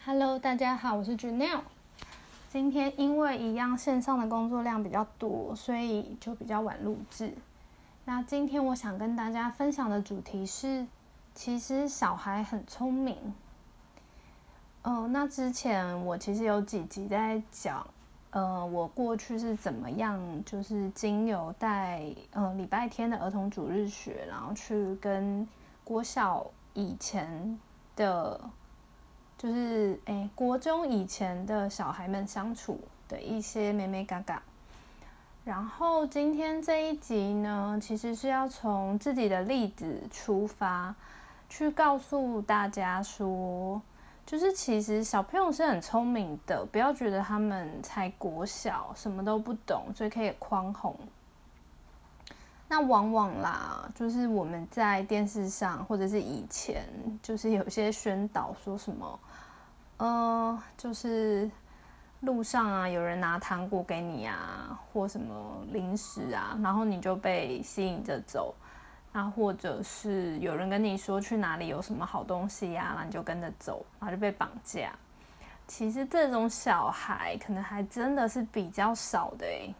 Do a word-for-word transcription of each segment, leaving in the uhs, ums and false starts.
Hello， 大家好，我是 Janelle。今天因为一样线上的工作量比较多，所以就比较晚录制。那今天我想跟大家分享的主题是，其实小孩很聪明。呃，那之前我其实有几集在讲，呃，我过去是怎么样，就是经由带呃礼拜天的儿童主日学，然后去跟国小以前的。就是诶，国中以前的小孩们相处的一些眉眉角角。然后今天这一集呢，其实是要从自己的例子出发，去告诉大家说，就是其实小朋友是很聪明的，不要觉得他们才国小，什么都不懂，所以可以宽宏。那往往啦，就是我们在电视上或者是以前，就是有些宣导说什么，呃，就是路上啊，有人拿糖果给你啊，或什么零食啊，然后你就被吸引着走。那或者是有人跟你说去哪里有什么好东西啊，然后你就跟着走，然后就被绑架。其实这种小孩可能还真的是比较少的欸。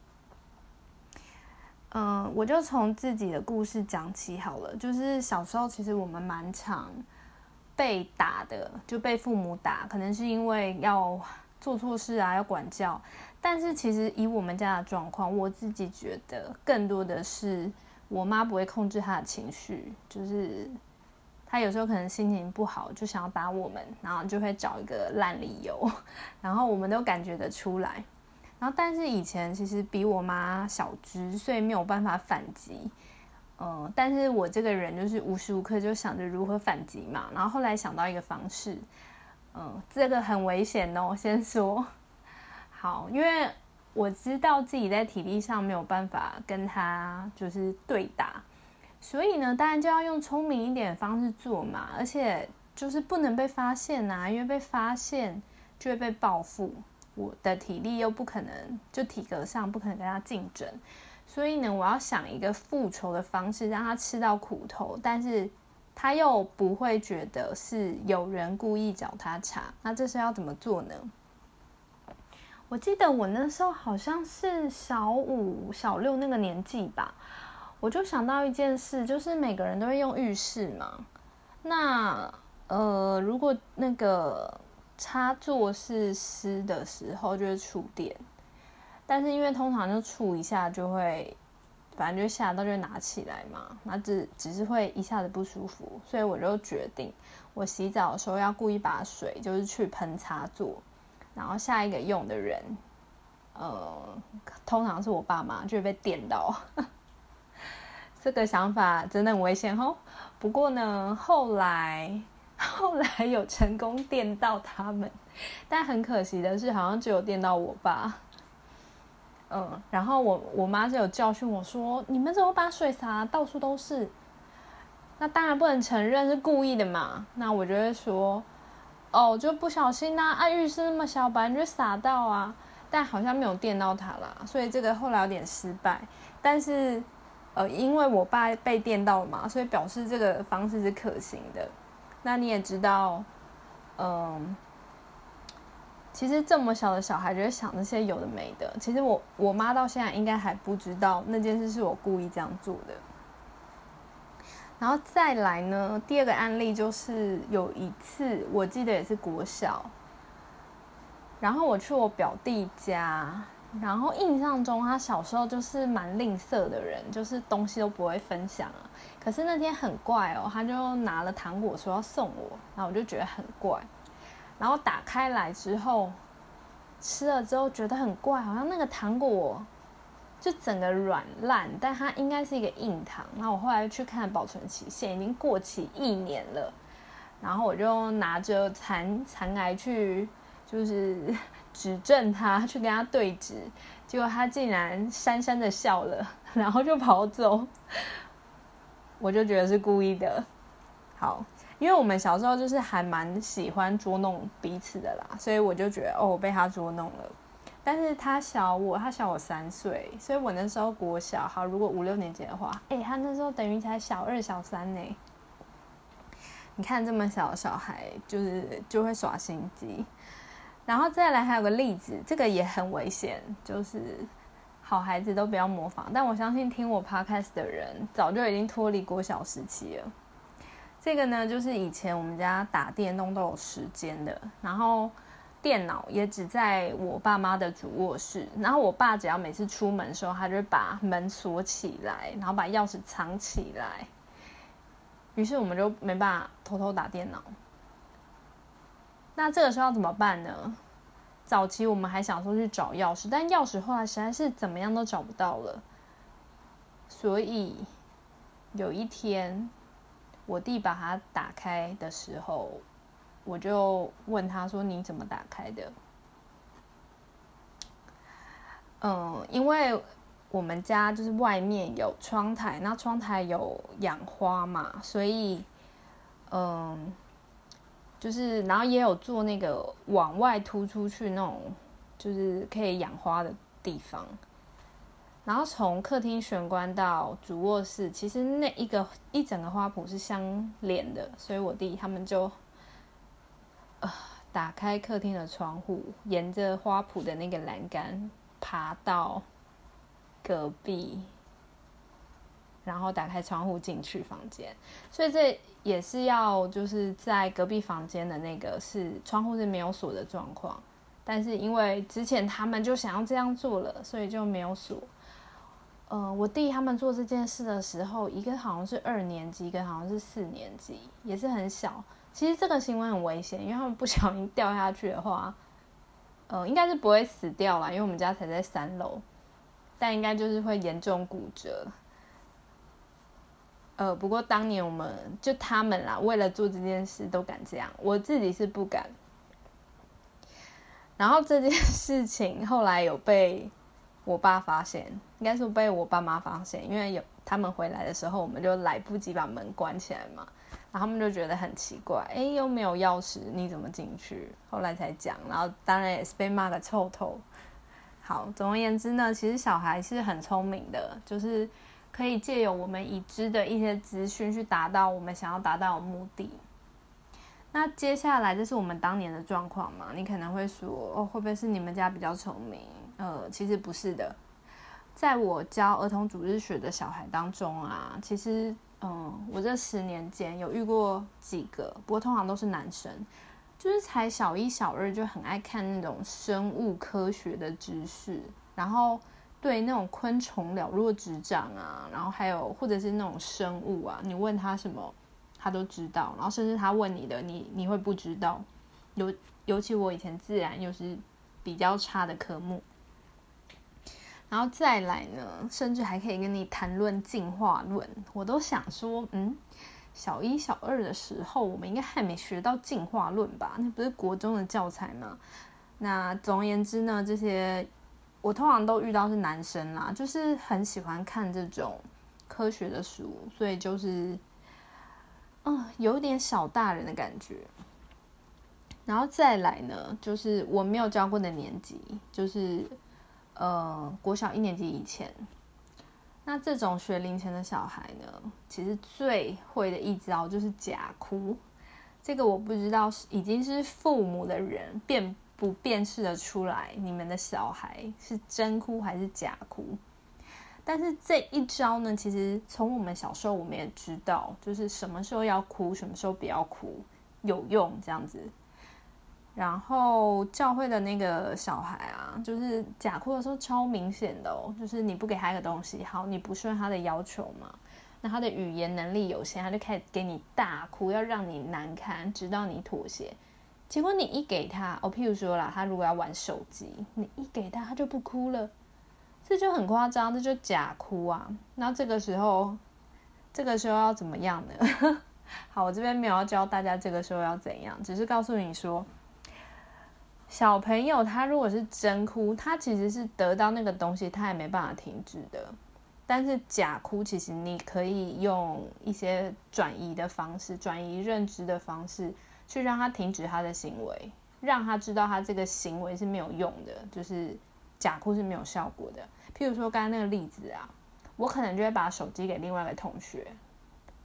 嗯，我就从自己的故事讲起好了。就是小时候，其实我们蛮常被打的，就被父母打，可能是因为要做错事啊，要管教。但是其实以我们家的状况，我自己觉得更多的是我妈不会控制她的情绪，就是她有时候可能心情不好，就想要打我们，然后就会找一个烂理由，然后我们都感觉得出来。然后，但是以前其实比我妈小只，所以没有办法反击。呃，但是我这个人就是无时无刻就想着如何反击嘛。然后后来想到一个方式，嗯、呃，这个很危险哦，先说好，因为我知道自己在体力上没有办法跟他就是对打，所以呢，当然就要用聪明一点的方式做嘛，而且就是不能被发现啊，因为被发现就会被报复。我的体力又不可能，就体格上不可能跟他竞争，所以呢，我要想一个复仇的方式，让他吃到苦头，但是他又不会觉得是有人故意找他茬。那这是要怎么做呢？我记得我那时候好像是小五、小六那个年纪吧，我就想到一件事，就是每个人都会用浴室嘛，那呃，如果那个插座是湿的时候就会触电，但是因为通常就触一下就会，反正就吓到就会拿起来嘛，那只只是会一下子不舒服，所以我就决定，我洗澡的时候要故意把水就是去喷插座，然后下一个用的人，呃，通常是我爸妈就会被电到。这个想法真的很危险哦。不过呢，后来。后来有成功电到他们，但很可惜的是，好像只有电到我爸。嗯，然后我我妈是有教训我说：“你们怎么把水洒到处都是？”那当然不能承认是故意的嘛。那我就会说：“哦，就不小心啊，啊浴室那么小，本来就洒到啊。”但好像没有电到他啦，所以这个后来有点失败。但是呃，因为我爸被电到了嘛，所以表示这个方式是可行的。那你也知道，嗯，其实这么小的小孩就会想那些有的没的。其实我我妈到现在应该还不知道那件事是我故意这样做的。然后再来呢，第二个案例就是有一次，我记得也是国小，然后我去我表弟家，然后印象中他小时候就是蛮吝啬的人，就是东西都不会分享啊。可是那天很怪哦，他就拿了糖果说要送我，然后我就觉得很怪。然后打开来之后，吃了之后觉得很怪，好像那个糖果就整个软烂，但它应该是一个硬糖。然后我后来去看保存期限，已经过期一年了。然后我就拿着残残骸去，就是指正他，去跟他对峙。结果他竟然讪讪的笑了，然后就跑走。我就觉得是故意的。好，因为我们小时候就是还蛮喜欢捉弄彼此的啦，所以我就觉得哦，我被他捉弄了。但是他小我，他小我三岁，所以我那时候国小，好，如果五六年级的话，哎，他那时候等于才小二、小三呢。 你看这么小的小孩，就是就会耍心机。然后再来还有个例子，这个也很危险，就是好孩子都不要模仿。但我相信听我 podcast 的人早就已经脱离国小时期了。这个呢，就是以前我们家打电动都有时间的，然后电脑也只在我爸妈的主卧室，然后我爸只要每次出门的时候，他就会把门锁起来，然后把钥匙藏起来，于是我们就没办法偷偷打电脑。那这个时候要怎么办呢？早期我们还想说去找钥匙，但钥匙后来实在是怎么样都找不到了，所以有一天我弟把它打开的时候，我就问他说：“你怎么打开的？”嗯，因为我们家就是外面有窗台，那窗台有养花嘛，所以嗯。就是然后也有做那个往外突出去那种就是可以养花的地方，然后从客厅玄关到主卧室，其实那一个一整个花圃是相连的，所以我弟他们就呃打开客厅的窗户，沿着花圃的那个栏杆爬到隔壁，然后打开窗户进去房间，所以这也是要就是在隔壁房间的那个是窗户是没有锁的状况，但是因为之前他们就想要这样做了，所以就没有锁。呃，我弟他们做这件事的时候，一个好像是二年级，一个好像是四年级，也是很小。其实这个行为很危险，因为他们不小心掉下去的话，呃，应该是不会死掉啦，因为我们家才在三楼，但应该就是会严重骨折。呃，不过当年我们就他们啦，为了做这件事都敢这样，我自己是不敢。然后这件事情后来有被我爸发现，应该是被我爸妈发现，因为有他们回来的时候，我们就来不及把门关起来嘛，然后他们就觉得很奇怪，哎，又没有钥匙，你怎么进去？后来才讲，然后当然也是被骂个臭头。好，总而言之呢，其实小孩是很聪明的，就是可以借由我们已知的一些资讯去达到我们想要达到的目的。那接下来这是我们当年的状况嘛？你可能会说，哦，会不会是你们家比较聪明？呃，其实不是的。在我教儿童主日学的小孩当中啊，其实，嗯，我这十年间有遇过几个，不过通常都是男生，就是才小一、小二就很爱看那种生物科学的知识，然后对那种昆虫了若指掌啊，然后还有或者是那种生物啊，你问他什么，他都知道，然后甚至他问你的，你你会不知道。尤尤其我以前自然又是比较差的科目，然后再来呢，甚至还可以跟你谈论进化论。我都想说，嗯，小一、小二的时候，我们应该还没学到进化论吧？那不是国中的教材吗？那总而言之呢，这些我通常都遇到是男生啦，就是很喜欢看这种科学的书，所以就是。嗯，有点小大人的感觉。然后再来呢，就是我没有教过的年级，就是呃国小一年级以前。那这种学龄前的小孩呢，其实最会的一招就是假哭。这个我不知道已经是父母的人辨不辨识得出来，你们的小孩是真哭还是假哭。但是这一招呢，其实从我们小时候我们也知道，就是什么时候要哭，什么时候不要哭，有用这样子。然后教会的那个小孩啊，就是假哭的时候超明显的哦，就是你不给他一个东西，好，你不顺他的要求嘛，那他的语言能力有限，他就开始给你大哭，要让你难堪，直到你妥协。结果你一给他，哦，譬如说啦，他如果要玩手机，你一给他，他就不哭了。这就很夸张，这就假哭啊！那这个时候，这个时候要怎么样呢？好，我这边没有要教大家这个时候要怎样，只是告诉你说，小朋友他如果是真哭，他其实是得到那个东西，他也没办法停止的。但是假哭，其实你可以用一些转移的方式，转移认知的方式，去让他停止他的行为，让他知道他这个行为是没有用的，就是假哭是没有效果的。譬如说刚才那个例子啊，我可能就会把手机给另外一个同学，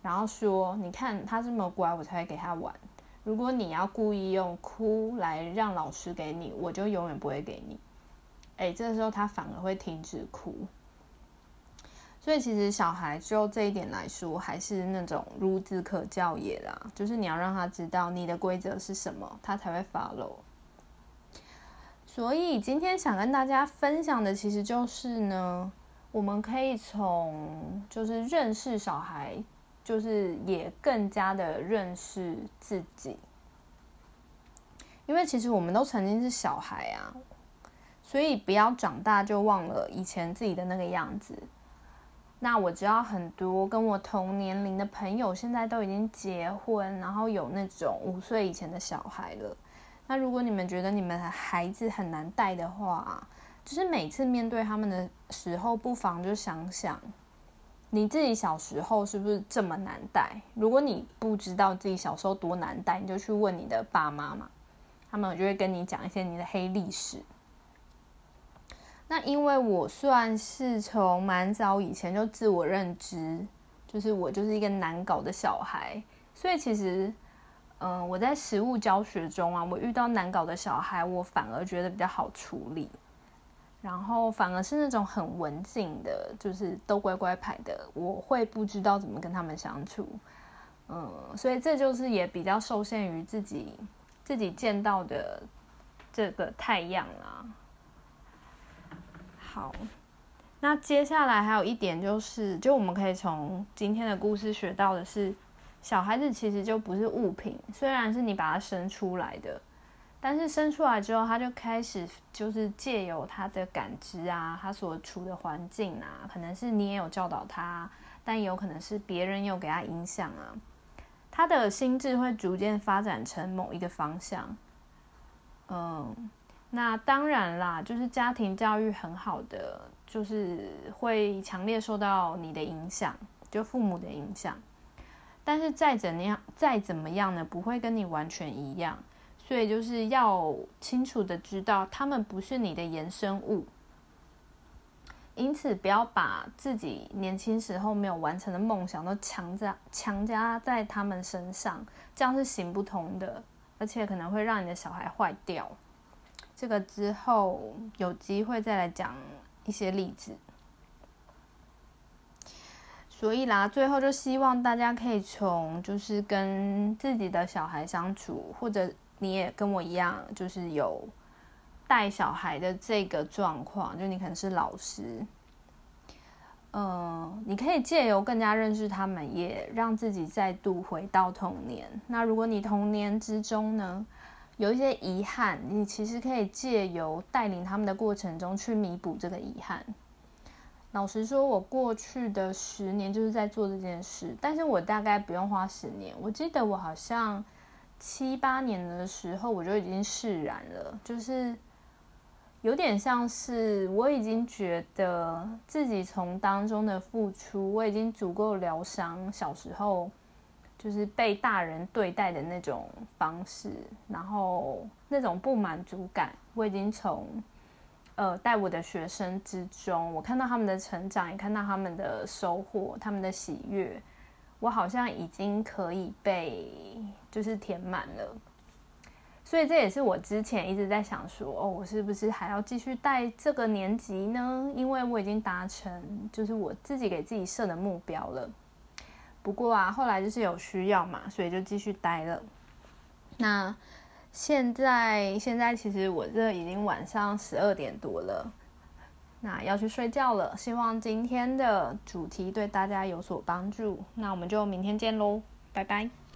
然后说你看他这么乖，我才会给他玩。如果你要故意用哭来让老师给你，我就永远不会给你。哎，这时候他反而会停止哭。所以其实小孩就这一点来说，还是那种孺子可教也啦，就是你要让他知道你的规则是什么，他才会 follow。所以今天想跟大家分享的，其实就是呢，我们可以从就是认识小孩，就是也更加的认识自己，因为其实我们都曾经是小孩啊，所以不要长大就忘了以前自己的那个样子。那我知道很多跟我同年龄的朋友现在都已经结婚，然后有那种五岁以前的小孩了。那如果你们觉得你们的孩子很难带的话，就是每次面对他们的时候，不妨就想想你自己小时候是不是这么难带。如果你不知道自己小时候多难带，你就去问你的爸妈嘛，他们就会跟你讲一些你的黑历史。那因为我算是从蛮早以前就自我认知，就是我就是一个难搞的小孩，所以其实，嗯、呃，我在实务教学中啊，我遇到难搞的小孩，我反而觉得比较好处理，然后反而是那种很文静的，就是都乖乖牌的，我会不知道怎么跟他们相处，嗯，所以这就是也比较受限于自己自己见到的这个太阳啦。好，那接下来还有一点就是，就我们可以从今天的故事学到的是，小孩子其实就不是物品，虽然是你把他生出来的，但是生出来之后，他就开始就是借由他的感知啊，他所处的环境啊，可能是你也有教导他，但也有可能是别人有给他影响啊，他的心智会逐渐发展成某一个方向，嗯。那当然啦，就是家庭教育很好的，就是会强烈受到你的影响，就父母的影响。但是再怎样，再怎么样呢，不会跟你完全一样。所以就是要清楚的知道，他们不是你的衍生物。因此，不要把自己年轻时候没有完成的梦想都强加强加在他们身上，这样是行不通的，而且可能会让你的小孩坏掉。这个之后有机会再来讲一些例子。所以啦，最后就希望大家可以从就是跟自己的小孩相处，或者你也跟我一样，就是有带小孩的这个状况，就你可能是老师，呃，你可以借由更加认识他们，也让自己再度回到童年。那如果你童年之中呢，有一些遗憾，你其实可以借由带领他们的过程中去弥补这个遗憾。老实说，我过去的十年就是在做这件事，但是我大概不用花十年。我记得我好像七八年的时候，我就已经释然了，就是有点像是我已经觉得自己从当中的付出，我已经足够疗伤小时候就是被大人对待的那种方式，然后那种不满足感，我已经从呃带我的学生之中，我看到他们的成长，也看到他们的收获，他们的喜悦，我好像已经可以被就是填满了。所以这也是我之前一直在想说，哦，我是不是还要继续带这个年级呢？因为我已经达成就是我自己给自己设的目标了。不过啊，后来就是有需要嘛，所以就继续待了。那现在现在其实我这已经晚上十二点多了，那要去睡觉了。希望今天的主题对大家有所帮助。那我们就明天见咯，拜拜。